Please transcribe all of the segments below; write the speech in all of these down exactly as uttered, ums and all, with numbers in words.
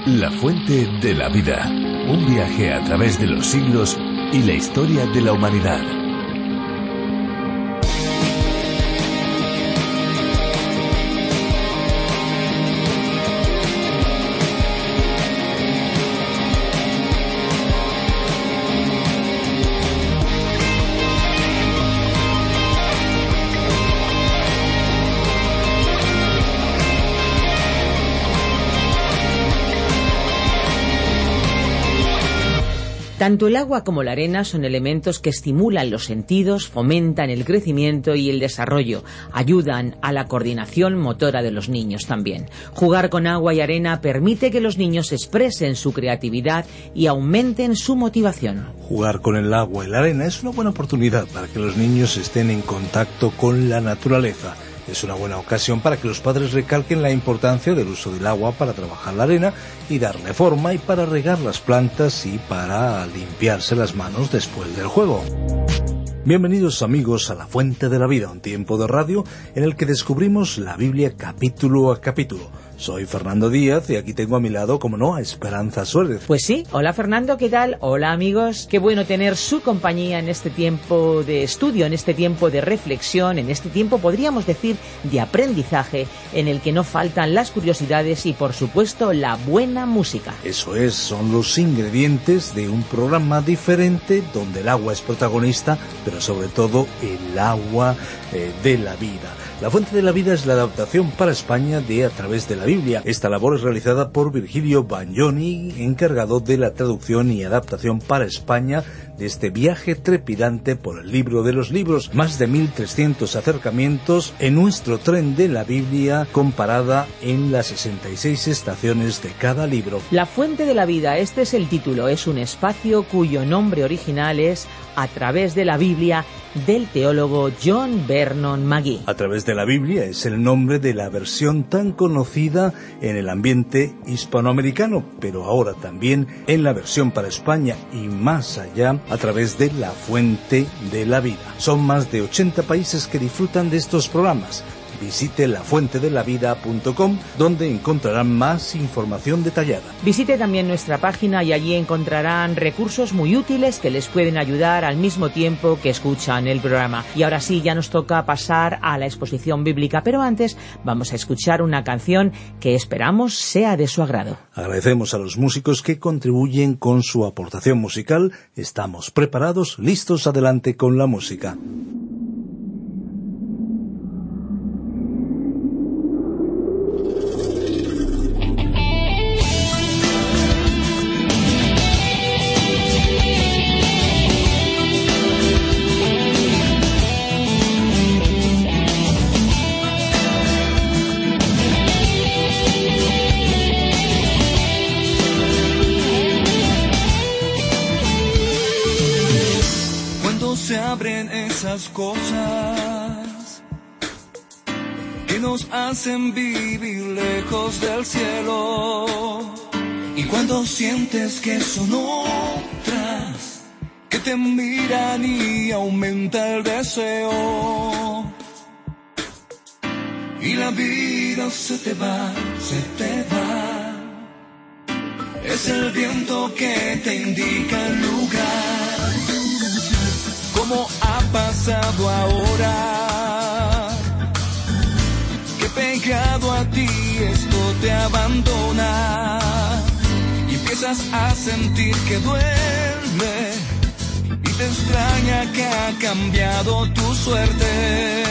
La fuente de la vida. Un viaje a través de los siglos y la historia de la humanidad. Tanto el agua como la arena son elementos que estimulan los sentidos, fomentan el crecimiento y el desarrollo, ayudan a la coordinación motora de los niños también. Jugar con agua y arena permite que los niños expresen su creatividad y aumenten su motivación. Jugar con el agua y la arena es una buena oportunidad para que los niños estén en contacto con la naturaleza. Es una buena ocasión para que los padres recalquen la importancia del uso del agua para trabajar la arena y darle forma, y para regar las plantas y para limpiarse las manos después del juego. Bienvenidos amigos a La Fuente de la Vida, un tiempo de radio en el que descubrimos la Biblia capítulo a capítulo. Soy Fernando Díaz y aquí tengo a mi lado, como no, a Esperanza Suárez. Pues sí, hola Fernando, ¿qué tal? Hola amigos, qué bueno tener su compañía en este tiempo de estudio, en este tiempo de reflexión, en este tiempo, podríamos decir, de aprendizaje, en el que no faltan las curiosidades y, por supuesto, la buena música. Eso es, son los ingredientes de un programa diferente donde el agua es protagonista, pero sobre todo el agua eh, de la vida. La Fuente de la Vida es la adaptación para España de A través de la Biblia. Esta labor es realizada por Virgilio Bagnoni, encargado de la traducción y adaptación para España de este viaje trepidante por el libro de los libros. Más de mil trescientos acercamientos en nuestro tren de la Biblia, comparada en las sesenta y seis estaciones de cada libro. La Fuente de la Vida, este es el título, es un espacio cuyo nombre original es A través de la Biblia, del teólogo John Vernon Magee. A través de la Biblia es el nombre de la versión tan conocida en el ambiente hispanoamericano, pero ahora también en la versión para España y más allá, a través de La Fuente de la Vida. Son más de ochenta países que disfrutan de estos programas. Visite la fuente de la vida punto com, donde encontrarán más información detallada. Visite también nuestra página y allí encontrarán recursos muy útiles que les pueden ayudar al mismo tiempo que escuchan el programa. Y ahora sí, ya nos toca pasar a la exposición bíblica, pero antes vamos a escuchar una canción que esperamos sea de su agrado. Agradecemos a los músicos que contribuyen con su aportación musical. Estamos preparados, listos, adelante con la música. Esas cosas que nos hacen vivir lejos del cielo, y cuando sientes que son otras que te miran y aumenta el deseo, y la vida se te va, se te va, es el viento que te indica el lugar. Como ha pasado ahora, que pegado a ti esto te abandona, y empiezas a sentir que duele, y te extraña que ha cambiado tu suerte.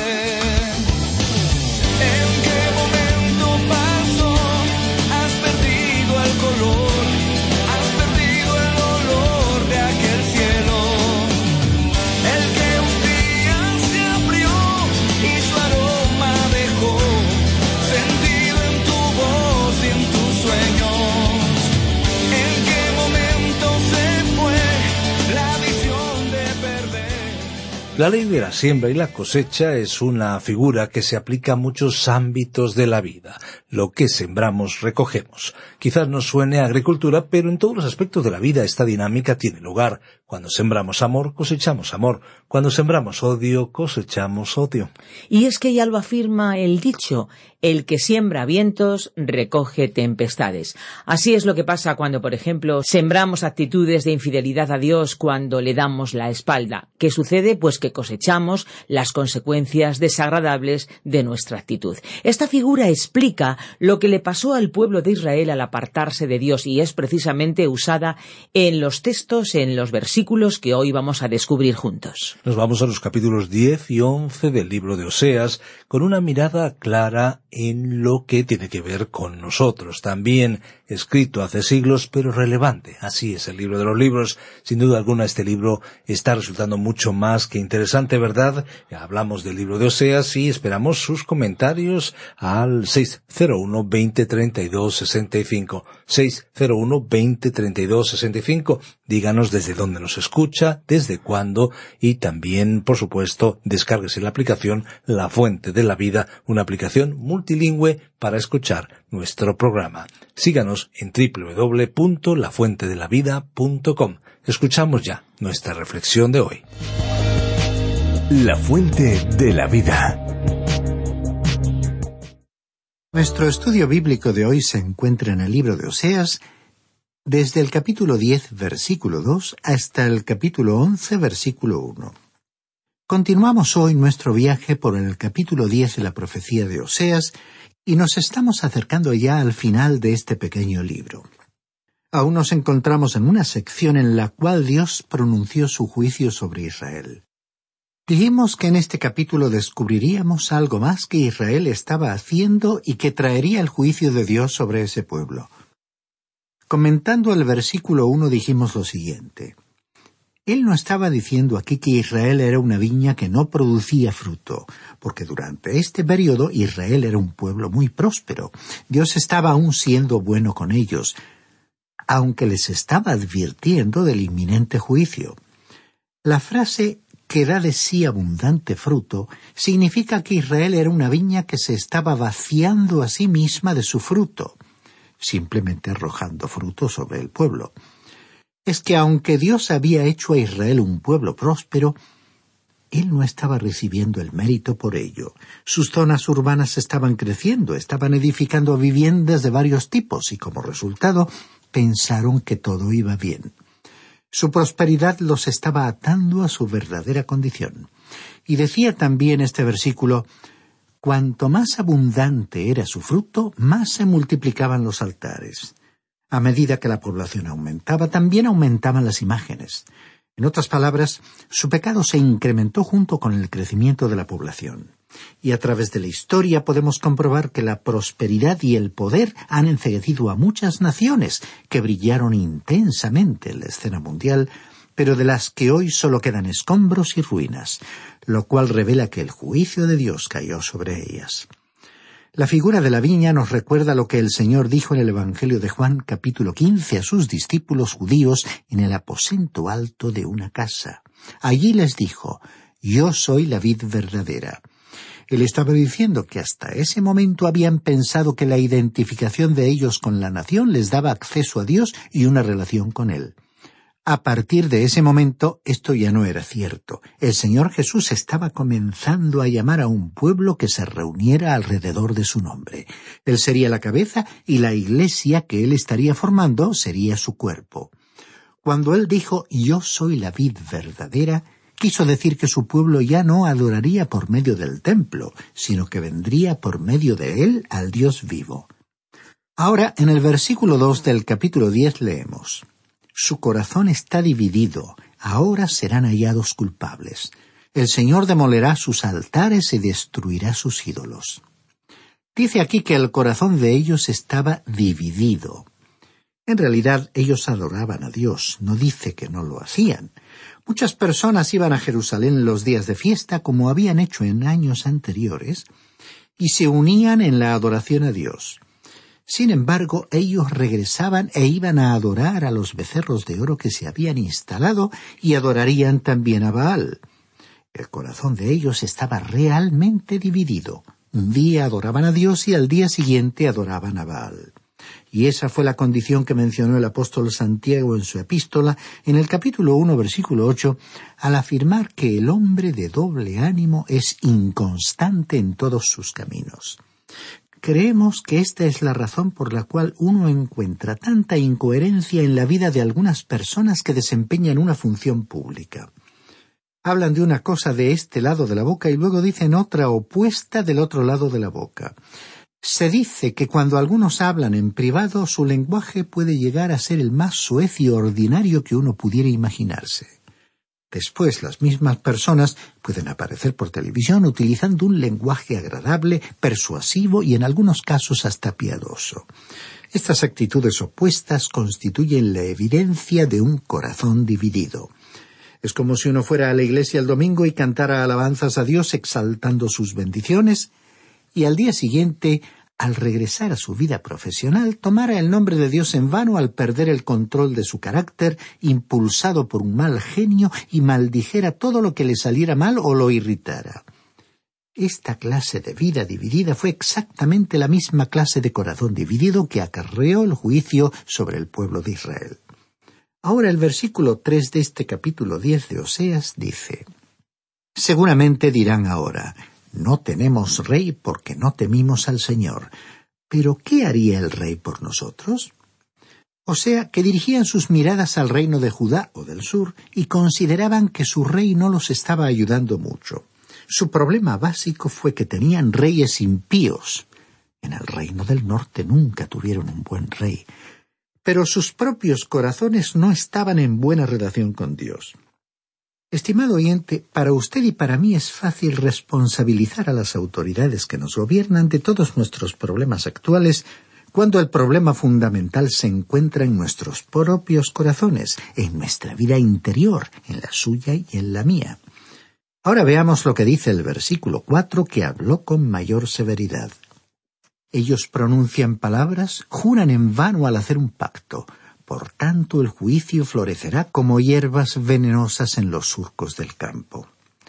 ¿En qué momento pasó? Has perdido el color, has perdido el olor de aquel cielo. El que un día se abrió y su aroma dejó sentido en tu voz y en tus sueños. ¿En qué momento se fue la visión de perder? La ley de la siembra y la cosecha es una figura que se aplica a muchos ámbitos de la vida. Lo que sembramos, recogemos. Quizás nos suene a agricultura, pero en todos los aspectos de la vida esta dinámica tiene lugar. Cuando sembramos amor, cosechamos amor. Cuando sembramos odio, cosechamos odio. Y es que ya lo afirma el dicho: el que siembra vientos, recoge tempestades. Así es lo que pasa cuando, por ejemplo, sembramos actitudes de infidelidad a Dios cuando le damos la espalda. ¿Qué sucede? Pues que cosechamos las consecuencias desagradables de nuestra actitud. Esta figura explica lo que le pasó al pueblo de Israel al apartarse de Dios, y es precisamente usada en los textos, en los versículos que hoy vamos a descubrir juntos. Nos vamos a los capítulos diez y once del libro de Oseas, con una mirada clara en lo que tiene que ver con nosotros. También escrito hace siglos, pero relevante. Así es el libro de los libros. Sin duda alguna, este libro está resultando mucho más que interesante, ¿verdad? Hablamos del libro de Oseas y esperamos sus comentarios al seis cero uno, veinte, treinta y dos, sesenta y cinco. seis cero uno, veinte, treinta y dos, sesenta y cinco. Díganos desde dónde nos escucha, desde cuándo, y también, por supuesto, descárguese la aplicación La Fuente de la Vida, una aplicación multilingüe para escuchar nuestro programa. Síganos en doble u doble u doble u punto la fuente de la vida punto com. Escuchamos ya nuestra reflexión de hoy. La Fuente de la Vida. Nuestro estudio bíblico de hoy se encuentra en el libro de Oseas, desde el capítulo diez, versículo dos, hasta el capítulo once, versículo uno. Continuamos hoy nuestro viaje por el capítulo diez de la profecía de Oseas, y nos estamos acercando ya al final de este pequeño libro. Aún nos encontramos en una sección en la cual Dios pronunció su juicio sobre Israel. Dijimos que en este capítulo descubriríamos algo más que Israel estaba haciendo y que traería el juicio de Dios sobre ese pueblo. Comentando el versículo uno dijimos lo siguiente: Él no estaba diciendo aquí que Israel era una viña que no producía fruto, porque durante este periodo Israel era un pueblo muy próspero. Dios estaba aún siendo bueno con ellos, aunque les estaba advirtiendo del inminente juicio. La frase que da de sí abundante fruto significa que Israel era una viña que se estaba vaciando a sí misma de su fruto, simplemente arrojando fruto sobre el pueblo. Es que aunque Dios había hecho a Israel un pueblo próspero, Él no estaba recibiendo el mérito por ello. Sus zonas urbanas estaban creciendo, estaban edificando viviendas de varios tipos y como resultado pensaron que todo iba bien. Su prosperidad los estaba atando a su verdadera condición. Y decía también este versículo: cuanto más abundante era su fruto, más se multiplicaban los altares. A medida que la población aumentaba, también aumentaban las imágenes. En otras palabras, su pecado se incrementó junto con el crecimiento de la población. Y a través de la historia podemos comprobar que la prosperidad y el poder han enceguecido a muchas naciones que brillaron intensamente en la escena mundial, pero de las que hoy solo quedan escombros y ruinas, lo cual revela que el juicio de Dios cayó sobre ellas. La figura de la viña nos recuerda lo que el Señor dijo en el Evangelio de Juan, capítulo quince, a sus discípulos judíos en el aposento alto de una casa. Allí les dijo: «Yo soy la vid verdadera». Él estaba diciendo que hasta ese momento habían pensado que la identificación de ellos con la nación les daba acceso a Dios y una relación con Él. A partir de ese momento, esto ya no era cierto. El Señor Jesús estaba comenzando a llamar a un pueblo que se reuniera alrededor de su nombre. Él sería la cabeza y la iglesia que Él estaría formando sería su cuerpo. Cuando Él dijo: «Yo soy la vid verdadera», quiso decir que su pueblo ya no adoraría por medio del templo, sino que vendría por medio de Él al Dios vivo. Ahora, en el versículo dos del capítulo diez leemos: «Su corazón está dividido, ahora serán hallados culpables. El Señor demolerá sus altares y destruirá sus ídolos». Dice aquí que el corazón de ellos estaba dividido. En realidad, ellos adoraban a Dios, no dice que no lo hacían. Muchas personas iban a Jerusalén en los días de fiesta, como habían hecho en años anteriores, y se unían en la adoración a Dios. Sin embargo, ellos regresaban e iban a adorar a los becerros de oro que se habían instalado y adorarían también a Baal. El corazón de ellos estaba realmente dividido. Un día adoraban a Dios y al día siguiente adoraban a Baal. Y esa fue la condición que mencionó el apóstol Santiago en su epístola, en el capítulo uno, versículo ocho, al afirmar que el hombre de doble ánimo es inconstante en todos sus caminos. Creemos que esta es la razón por la cual uno encuentra tanta incoherencia en la vida de algunas personas que desempeñan una función pública. Hablan de una cosa de este lado de la boca y luego dicen otra opuesta del otro lado de la boca. Se dice que cuando algunos hablan en privado, su lenguaje puede llegar a ser el más soez y ordinario que uno pudiera imaginarse. Después, las mismas personas pueden aparecer por televisión utilizando un lenguaje agradable, persuasivo y en algunos casos hasta piadoso. Estas actitudes opuestas constituyen la evidencia de un corazón dividido. Es como si uno fuera a la iglesia el domingo y cantara alabanzas a Dios exaltando sus bendiciones, y al día siguiente, al regresar a su vida profesional, tomara el nombre de Dios en vano al perder el control de su carácter, impulsado por un mal genio, y maldijera todo lo que le saliera mal o lo irritara. Esta clase de vida dividida fue exactamente la misma clase de corazón dividido que acarreó el juicio sobre el pueblo de Israel. Ahora el versículo tres de este capítulo diez de Oseas dice: Seguramente dirán ahora, no tenemos rey porque no temimos al Señor. ¿Pero qué haría el rey por nosotros? O sea, que dirigían sus miradas al reino de Judá o del sur y consideraban que su rey no los estaba ayudando mucho. Su problema básico fue que tenían reyes impíos. En el reino del norte nunca tuvieron un buen rey. Pero sus propios corazones no estaban en buena relación con Dios. Estimado oyente, para usted y para mí es fácil responsabilizar a las autoridades que nos gobiernan de todos nuestros problemas actuales, cuando el problema fundamental se encuentra en nuestros propios corazones, en nuestra vida interior, en la suya y en la mía. Ahora veamos lo que dice el versículo cuatro, que habló con mayor severidad. Ellos pronuncian palabras, juran en vano al hacer un pacto. Por tanto, el juicio florecerá como hierbas venenosas en los surcos del campo.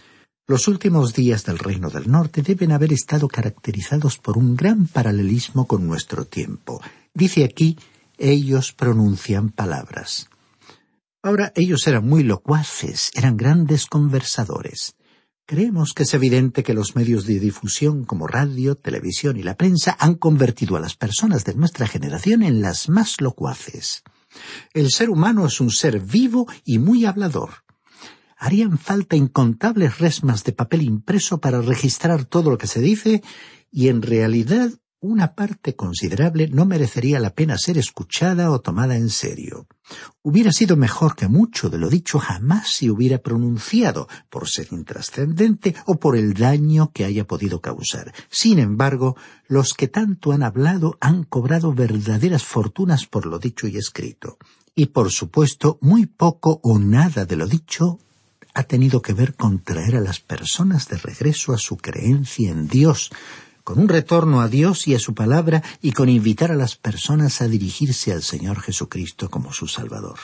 Los últimos días del Reino del Norte deben haber estado caracterizados por un gran paralelismo con nuestro tiempo. Dice aquí, ellos pronuncian palabras. Ahora, ellos eran muy locuaces, eran grandes conversadores. Creemos que es evidente que los medios de difusión como radio, televisión y la prensa han convertido a las personas de nuestra generación en las más locuaces. El ser humano es un ser vivo y muy hablador. Harían falta incontables resmas de papel impreso para registrar todo lo que se dice, y en realidad una parte considerable no merecería la pena ser escuchada o tomada en serio. Hubiera sido mejor que mucho de lo dicho jamás se hubiera pronunciado, por ser intrascendente o por el daño que haya podido causar. Sin embargo, los que tanto han hablado han cobrado verdaderas fortunas por lo dicho y escrito. Y por supuesto, muy poco o nada de lo dicho ha tenido que ver con traer a las personas de regreso a su creencia en Dios, con un retorno a Dios y a su palabra, y con invitar a las personas a dirigirse al Señor Jesucristo como su Salvador.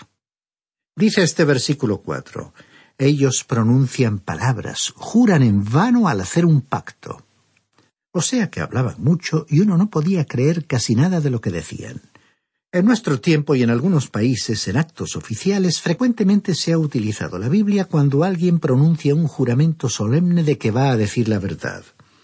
Dice este versículo cuatro, ellos pronuncian palabras, juran en vano al hacer un pacto. O sea que hablaban mucho y uno no podía creer casi nada de lo que decían. En nuestro tiempo y en algunos países, en actos oficiales, frecuentemente se ha utilizado la Biblia cuando alguien pronuncia un juramento solemne de que va a decir la verdad.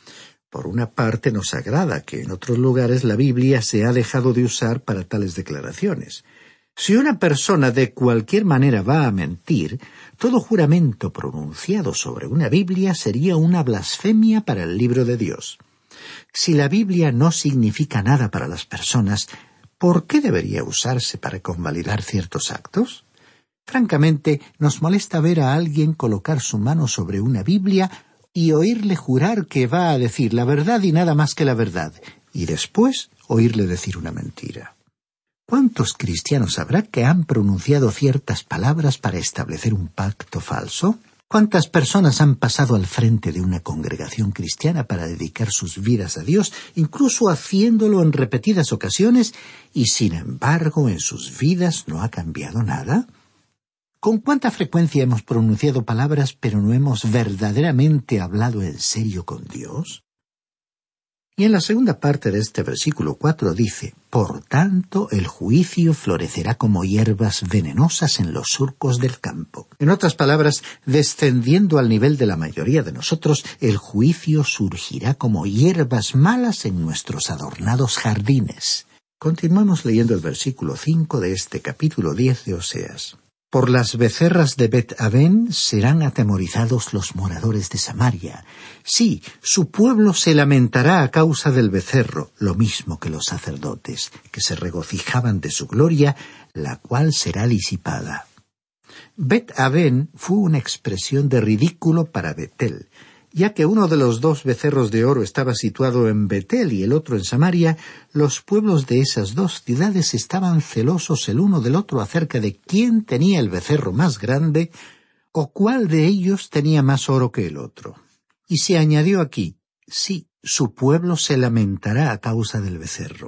Por una parte, nos agrada que en otros lugares la Biblia se ha dejado de usar para tales declaraciones. Si una persona de cualquier manera va a mentir, todo juramento pronunciado sobre una Biblia sería una blasfemia para el libro de Dios. Si la Biblia no significa nada para las personas, ¿por qué debería usarse para convalidar ciertos actos? Francamente, nos molesta ver a alguien colocar su mano sobre una Biblia y oírle jurar que va a decir la verdad y nada más que la verdad, y después oírle decir una mentira. ¿Cuántos cristianos habrá que han pronunciado ciertas palabras para establecer un pacto falso? ¿Cuántas personas han pasado al frente de una congregación cristiana para dedicar sus vidas a Dios, incluso haciéndolo en repetidas ocasiones, y sin embargo en sus vidas no ha cambiado nada? ¿Con cuánta frecuencia hemos pronunciado palabras pero no hemos verdaderamente hablado en serio con Dios? Y en la segunda parte de este versículo cuatro dice, «Por tanto, el juicio florecerá como hierbas venenosas en los surcos del campo». En otras palabras, descendiendo al nivel de la mayoría de nosotros, el juicio surgirá como hierbas malas en nuestros adornados jardines. Continuamos leyendo el versículo cinco de este capítulo diez de Oseas. «Por las becerras de Bet-Aven serán atemorizados los moradores de Samaria. Sí, su pueblo se lamentará a causa del becerro, lo mismo que los sacerdotes, que se regocijaban de su gloria, la cual será disipada». Bet-Aven fue una expresión de ridículo para Betel. Ya que uno de los dos becerros de oro estaba situado en Betel y el otro en Samaria, los pueblos de esas dos ciudades estaban celosos el uno del otro acerca de quién tenía el becerro más grande o cuál de ellos tenía más oro que el otro. Y se añadió aquí, sí, su pueblo se lamentará a causa del becerro.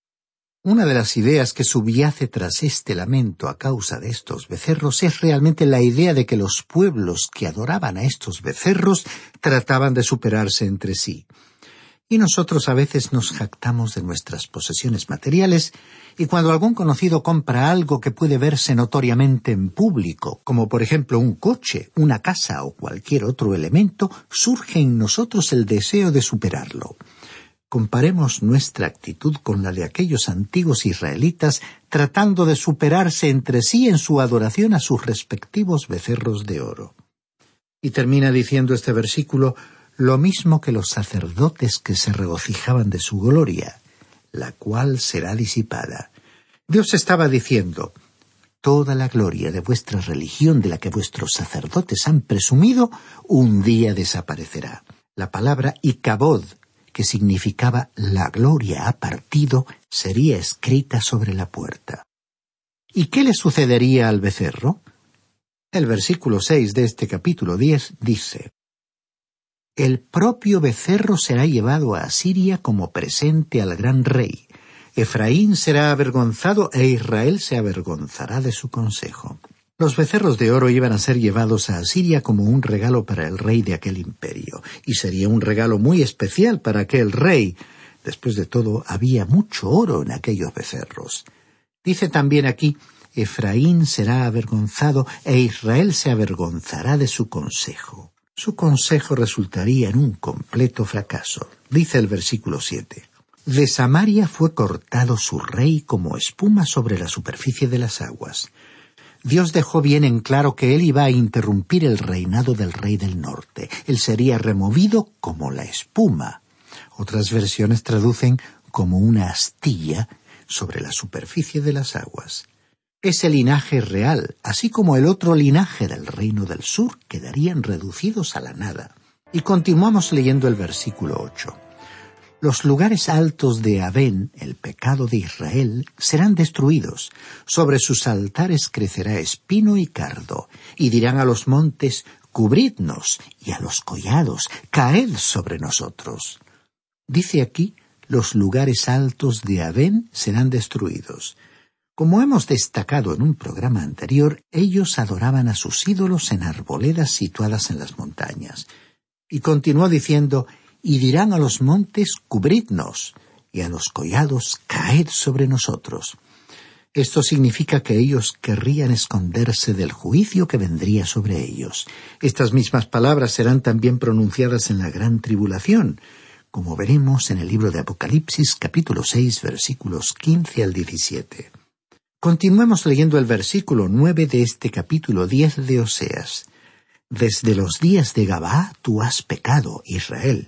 Una de las ideas que subyace tras este lamento a causa de estos becerros es realmente la idea de que los pueblos que adoraban a estos becerros trataban de superarse entre sí. Y nosotros a veces nos jactamos de nuestras posesiones materiales, y cuando algún conocido compra algo que puede verse notoriamente en público, como por ejemplo un coche, una casa o cualquier otro elemento, surge en nosotros el deseo de superarlo. Comparemos nuestra actitud con la de aquellos antiguos israelitas tratando de superarse entre sí en su adoración a sus respectivos becerros de oro. Y termina diciendo este versículo, lo mismo que los sacerdotes que se regocijaban de su gloria, la cual será disipada. Dios estaba diciendo, toda la gloria de vuestra religión de la que vuestros sacerdotes han presumido, un día desaparecerá. La palabra ikabod, que significaba la gloria ha partido, sería escrita sobre la puerta. ¿Y qué le sucedería al becerro? El versículo seis de este capítulo diez dice, «El propio becerro será llevado a Asiria como presente al gran rey. Efraín será avergonzado e Israel se avergonzará de su consejo». Los becerros de oro iban a ser llevados a Asiria como un regalo para el rey de aquel imperio, y sería un regalo muy especial para aquel rey. Después de todo, había mucho oro en aquellos becerros. Dice también aquí, Efraín será avergonzado e Israel se avergonzará de su consejo. Su consejo resultaría en un completo fracaso. Dice el versículo siete. De Samaria fue cortado su rey como espuma sobre la superficie de las aguas. Dios dejó bien en claro que él iba a interrumpir el reinado del rey del norte. Él sería removido como la espuma. Otras versiones traducen como una astilla sobre la superficie de las aguas. Ese linaje real, así como el otro linaje del reino del sur, quedarían reducidos a la nada. Y continuamos leyendo el versículo ocho. Los lugares altos de Avén, el pecado de Israel, serán destruidos. Sobre sus altares crecerá espino y cardo. Y dirán a los montes, cubridnos, y a los collados, caed sobre nosotros. Dice aquí, los lugares altos de Avén serán destruidos. Como hemos destacado en un programa anterior, ellos adoraban a sus ídolos en arboledas situadas en las montañas. Y continuó diciendo, y dirán a los montes, cubridnos, y a los collados, caed sobre nosotros. Esto significa que ellos querrían esconderse del juicio que vendría sobre ellos. Estas mismas palabras serán también pronunciadas en la gran tribulación, como veremos en el libro de Apocalipsis, capítulo seis, versículos quince al diecisiete. Continuemos leyendo el versículo nueve de este capítulo diez de Oseas. Desde los días de Gabaa tú has pecado, Israel.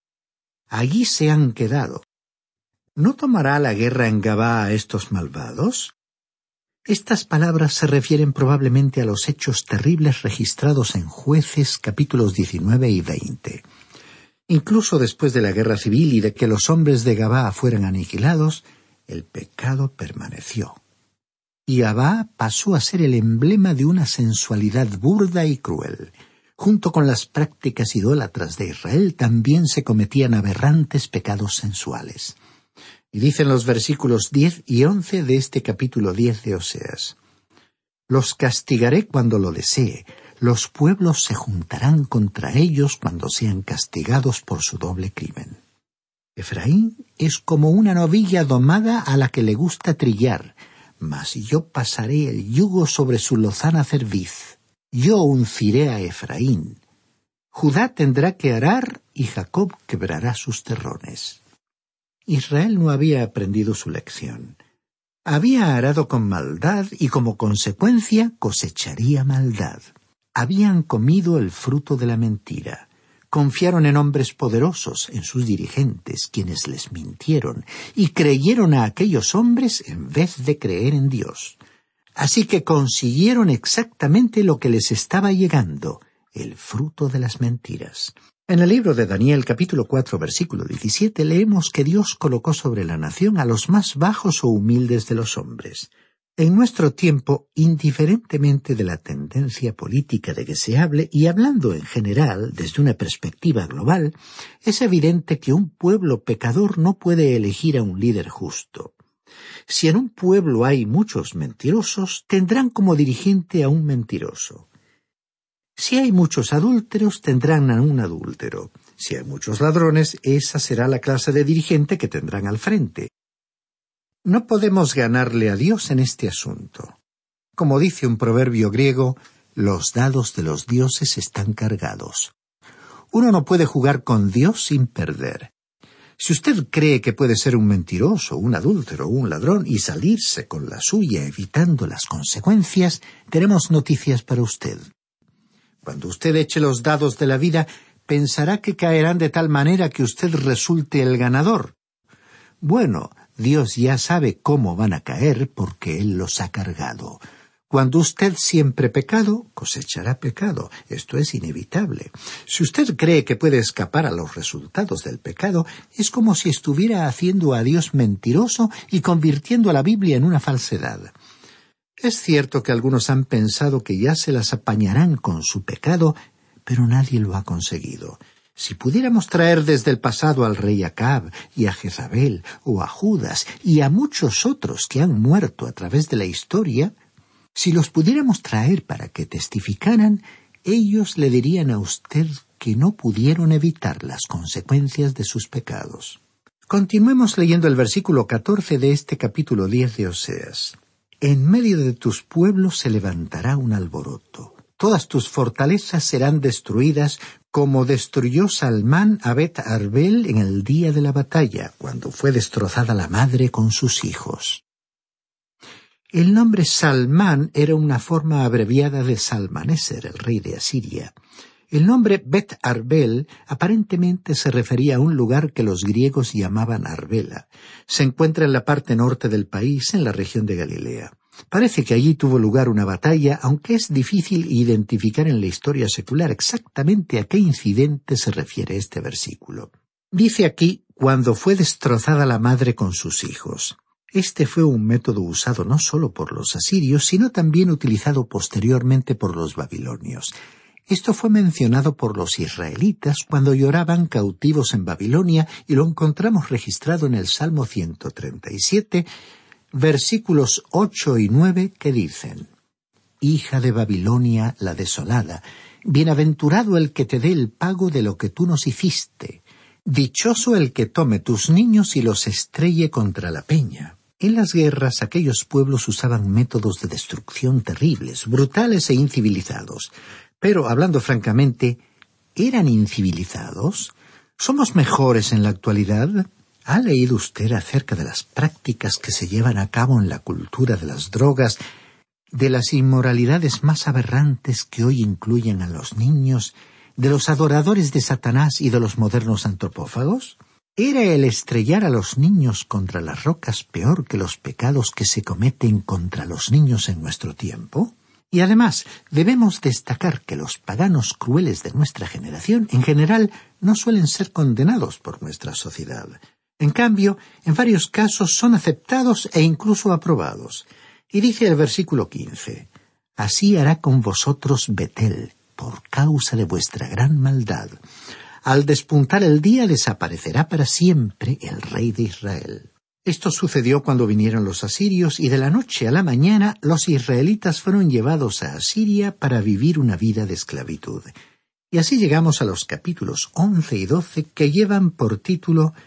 Allí se han quedado. ¿No tomará la guerra en Gabaa a estos malvados? Estas palabras se refieren probablemente a los hechos terribles registrados en Jueces capítulos diecinueve y veinte. Incluso después de la guerra civil y de que los hombres de Gabaa fueran aniquilados, el pecado permaneció. Y Gabaa pasó a ser el emblema de una sensualidad burda y cruel. Junto con las prácticas idólatras de Israel también se cometían aberrantes pecados sensuales. Y dicen los versículos diez y once de este capítulo diez de Oseas. Los castigaré cuando lo desee, los pueblos se juntarán contra ellos cuando sean castigados por su doble crimen. Efraín es como una novilla domada a la que le gusta trillar, mas yo pasaré el yugo sobre su lozana cerviz. Yo unciré a Efraín. Judá tendrá que arar y Jacob quebrará sus terrones. Israel no había aprendido su lección. Había arado con maldad y como consecuencia cosecharía maldad. Habían comido el fruto de la mentira. Confiaron en hombres poderosos, en sus dirigentes, quienes les mintieron, y creyeron a aquellos hombres en vez de creer en Dios. Así que consiguieron exactamente lo que les estaba llegando, el fruto de las mentiras. En el libro de Daniel, capítulo cuatro, versículo diecisiete, leemos que Dios colocó sobre la nación a los más bajos o humildes de los hombres. En nuestro tiempo, indiferentemente de la tendencia política de que se hable, y hablando en general desde una perspectiva global, es evidente que un pueblo pecador no puede elegir a un líder justo. Si en un pueblo hay muchos mentirosos, tendrán como dirigente a un mentiroso. Si hay muchos adúlteros, tendrán a un adúltero. Si hay muchos ladrones, esa será la clase de dirigente que tendrán al frente. No podemos ganarle a Dios en este asunto. Como dice un proverbio griego, los dados de los dioses están cargados. Uno no puede jugar con Dios sin perder. Si usted cree que puede ser un mentiroso, un adúltero o un ladrón y salirse con la suya evitando las consecuencias, tenemos noticias para usted. Cuando usted eche los dados de la vida, pensará que caerán de tal manera que usted resulte el ganador. Bueno, Dios ya sabe cómo van a caer porque Él los ha cargado. Cuando usted siembre pecado, cosechará pecado. Esto es inevitable. Si usted cree que puede escapar a los resultados del pecado, es como si estuviera haciendo a Dios mentiroso y convirtiendo a la Biblia en una falsedad. Es cierto que algunos han pensado que ya se las apañarán con su pecado, pero nadie lo ha conseguido. Si pudiéramos traer desde el pasado al rey Acab y a Jezabel o a Judas y a muchos otros que han muerto a través de la historia, si los pudiéramos traer para que testificaran, ellos le dirían a usted que no pudieron evitar las consecuencias de sus pecados. Continuemos leyendo el versículo catorce de este capítulo diez de Oseas. En medio de tus pueblos se levantará un alboroto. Todas tus fortalezas serán destruidas como destruyó Salmán a Bet Arbel en el día de la batalla, cuando fue destrozada la madre con sus hijos. El nombre Salmán era una forma abreviada de Salmaneser, el rey de Asiria. El nombre Bet Arbel aparentemente se refería a un lugar que los griegos llamaban Arbela. Se encuentra en la parte norte del país, en la región de Galilea. Parece que allí tuvo lugar una batalla, aunque es difícil identificar en la historia secular exactamente a qué incidente se refiere este versículo. Dice aquí, cuando fue destrozada la madre con sus hijos. Este fue un método usado no solo por los asirios, sino también utilizado posteriormente por los babilonios. Esto fue mencionado por los israelitas cuando lloraban cautivos en Babilonia y lo encontramos registrado en el Salmo ciento treinta y siete, versículos ocho y nueve, que dicen: Hija de Babilonia la desolada, bienaventurado el que te dé el pago de lo que tú nos hiciste. Dichoso el que tome tus niños y los estrelle contra la peña. En las guerras aquellos pueblos usaban métodos de destrucción terribles, brutales e incivilizados. Pero, hablando francamente, ¿eran incivilizados? ¿Somos mejores en la actualidad? ¿Ha leído usted acerca de las prácticas que se llevan a cabo en la cultura de las drogas, de las inmoralidades más aberrantes que hoy incluyen a los niños, de los adoradores de Satanás y de los modernos antropófagos? ¿Era el estrellar a los niños contra las rocas peor que los pecados que se cometen contra los niños en nuestro tiempo? Y además, debemos destacar que los paganos crueles de nuestra generación, en general, no suelen ser condenados por nuestra sociedad. En cambio, en varios casos son aceptados e incluso aprobados. Y dice el versículo quince, Así hará con vosotros Betel, por causa de vuestra gran maldad. Al despuntar el día desaparecerá para siempre el rey de Israel. Esto sucedió cuando vinieron los asirios y de la noche a la mañana los israelitas fueron llevados a Asiria para vivir una vida de esclavitud. Y así llegamos a los capítulos once y doce que llevan por título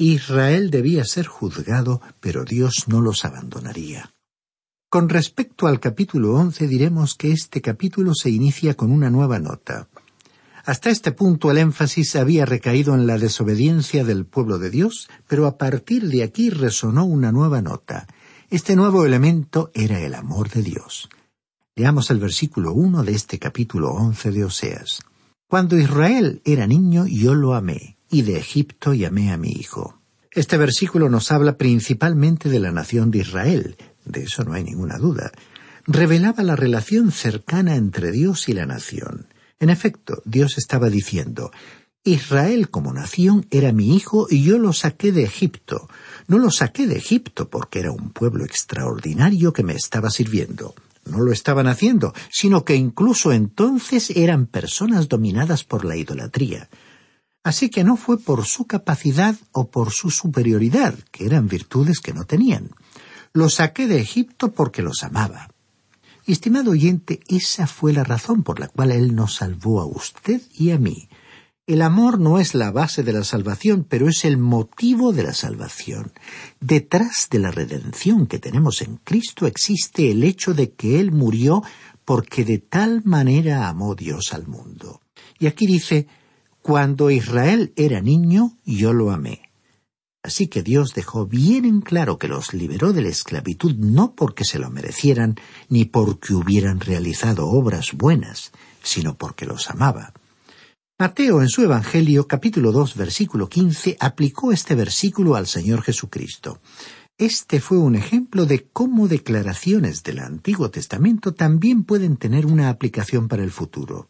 Israel debía ser juzgado, pero Dios no los abandonaría. Con respecto al capítulo once, diremos que este capítulo se inicia con una nueva nota. Hasta este punto el énfasis había recaído en la desobediencia del pueblo de Dios, pero a partir de aquí resonó una nueva nota. Este nuevo elemento era el amor de Dios. Leamos el versículo uno de este capítulo once de Oseas. Cuando Israel era niño, yo lo amé, y de Egipto llamé a mi hijo. Este versículo nos habla principalmente de la nación de Israel, de eso no hay ninguna duda. Revelaba la relación cercana entre Dios y la nación. En efecto, Dios estaba diciendo, Israel como nación era mi hijo y yo lo saqué de Egipto. No lo saqué de Egipto porque era un pueblo extraordinario que me estaba sirviendo. No lo estaban haciendo, sino que incluso entonces eran personas dominadas por la idolatría. Así que no fue por su capacidad o por su superioridad, que eran virtudes que no tenían. Los saqué de Egipto porque los amaba. Estimado oyente, esa fue la razón por la cual Él nos salvó a usted y a mí. El amor no es la base de la salvación, pero es el motivo de la salvación. Detrás de la redención que tenemos en Cristo existe el hecho de que Él murió porque de tal manera amó Dios al mundo. Y aquí dice, cuando Israel era niño, yo lo amé. Así que Dios dejó bien en claro que los liberó de la esclavitud no porque se lo merecieran, ni porque hubieran realizado obras buenas, sino porque los amaba. Mateo en su Evangelio, capítulo dos, versículo quince, aplicó este versículo al Señor Jesucristo. Este fue un ejemplo de cómo declaraciones del Antiguo Testamento también pueden tener una aplicación para el futuro.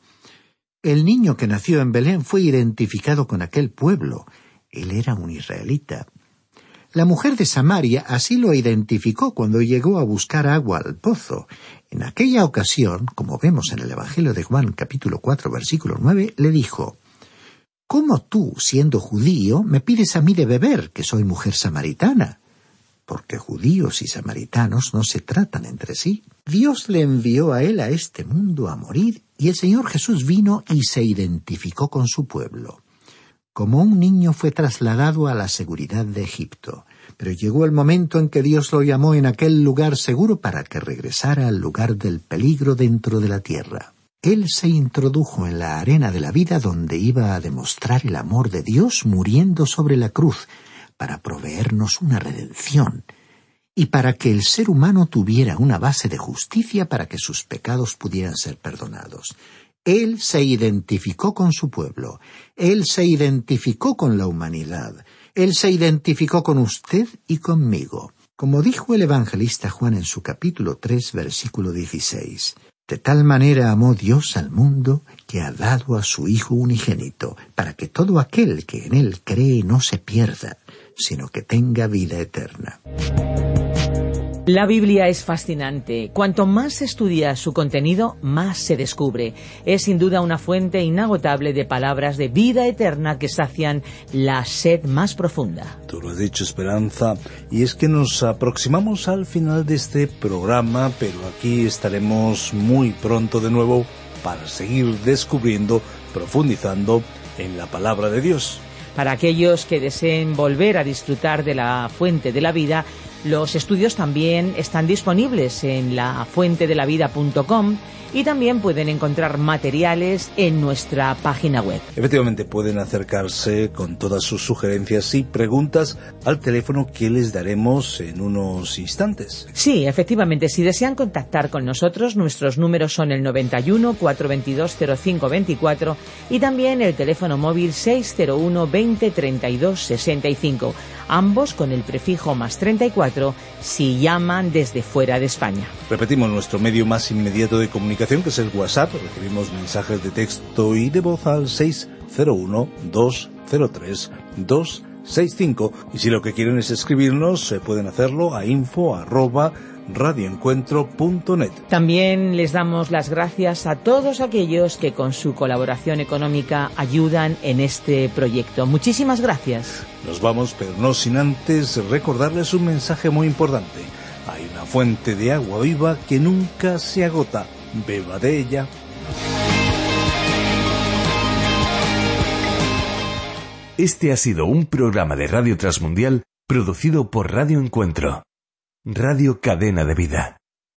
El niño que nació en Belén fue identificado con aquel pueblo. Él era un israelita. La mujer de Samaria así lo identificó cuando llegó a buscar agua al pozo. En aquella ocasión, como vemos en el Evangelio de Juan, capítulo cuatro, versículo nueve, le dijo, ¿cómo tú, siendo judío, me pides a mí de beber, que soy mujer samaritana? Porque judíos y samaritanos no se tratan entre sí. Dios le envió a él a este mundo a morir, y el Señor Jesús vino y se identificó con su pueblo. Como un niño fue trasladado a la seguridad de Egipto, pero llegó el momento en que Dios lo llamó en aquel lugar seguro para que regresara al lugar del peligro dentro de la tierra. Él se introdujo en la arena de la vida donde iba a demostrar el amor de Dios muriendo sobre la cruz para proveernos una redención y para que el ser humano tuviera una base de justicia para que sus pecados pudieran ser perdonados. Él se identificó con su pueblo. Él se identificó con la humanidad. Él se identificó con usted y conmigo. Como dijo el evangelista Juan en su capítulo tres, versículo dieciséis, de tal manera amó Dios al mundo que ha dado a su Hijo unigénito, para que todo aquel que en él cree no se pierda, sino que tenga vida eterna. La Biblia es fascinante. Cuanto más se estudia su contenido, más se descubre. Es sin duda una fuente inagotable de palabras de vida eterna que sacian la sed más profunda. Tú lo has dicho, Esperanza, y es que nos aproximamos al final de este programa, pero aquí estaremos muy pronto de nuevo para seguir descubriendo, profundizando en la palabra de Dios. Para aquellos que deseen volver a disfrutar de la fuente de la vida, los estudios también están disponibles en la fuente de la vida punto com y también pueden encontrar materiales en nuestra página web. Efectivamente, pueden acercarse con todas sus sugerencias y preguntas al teléfono que les daremos en unos instantes. Sí, efectivamente, si desean contactar con nosotros, nuestros números son el noventa y uno, cuatrocientos veintidós, cero cinco veinticuatro y también el teléfono móvil seis cero uno, veinte, treinta y dos, sesenta y cinco, ambos con el prefijo más treinta y cuatro si llaman desde fuera de España. Repetimos nuestro medio más inmediato de comunicación, que es el WhatsApp. Recibimos mensajes de texto y de voz al seis cero uno, dos cero tres, dos seis cinco, y si lo que quieren es escribirnos, se pueden hacerlo a info arroba radioencuentro punto net. También les damos las gracias a todos aquellos que con su colaboración económica ayudan en este proyecto. Muchísimas gracias. Nos vamos, pero no sin antes recordarles un mensaje muy importante. Hay una fuente de agua viva que nunca se agota. Beba de ella. Este ha sido un programa de Radio Transmundial producido por Radio Encuentro, Radio Cadena de Vida.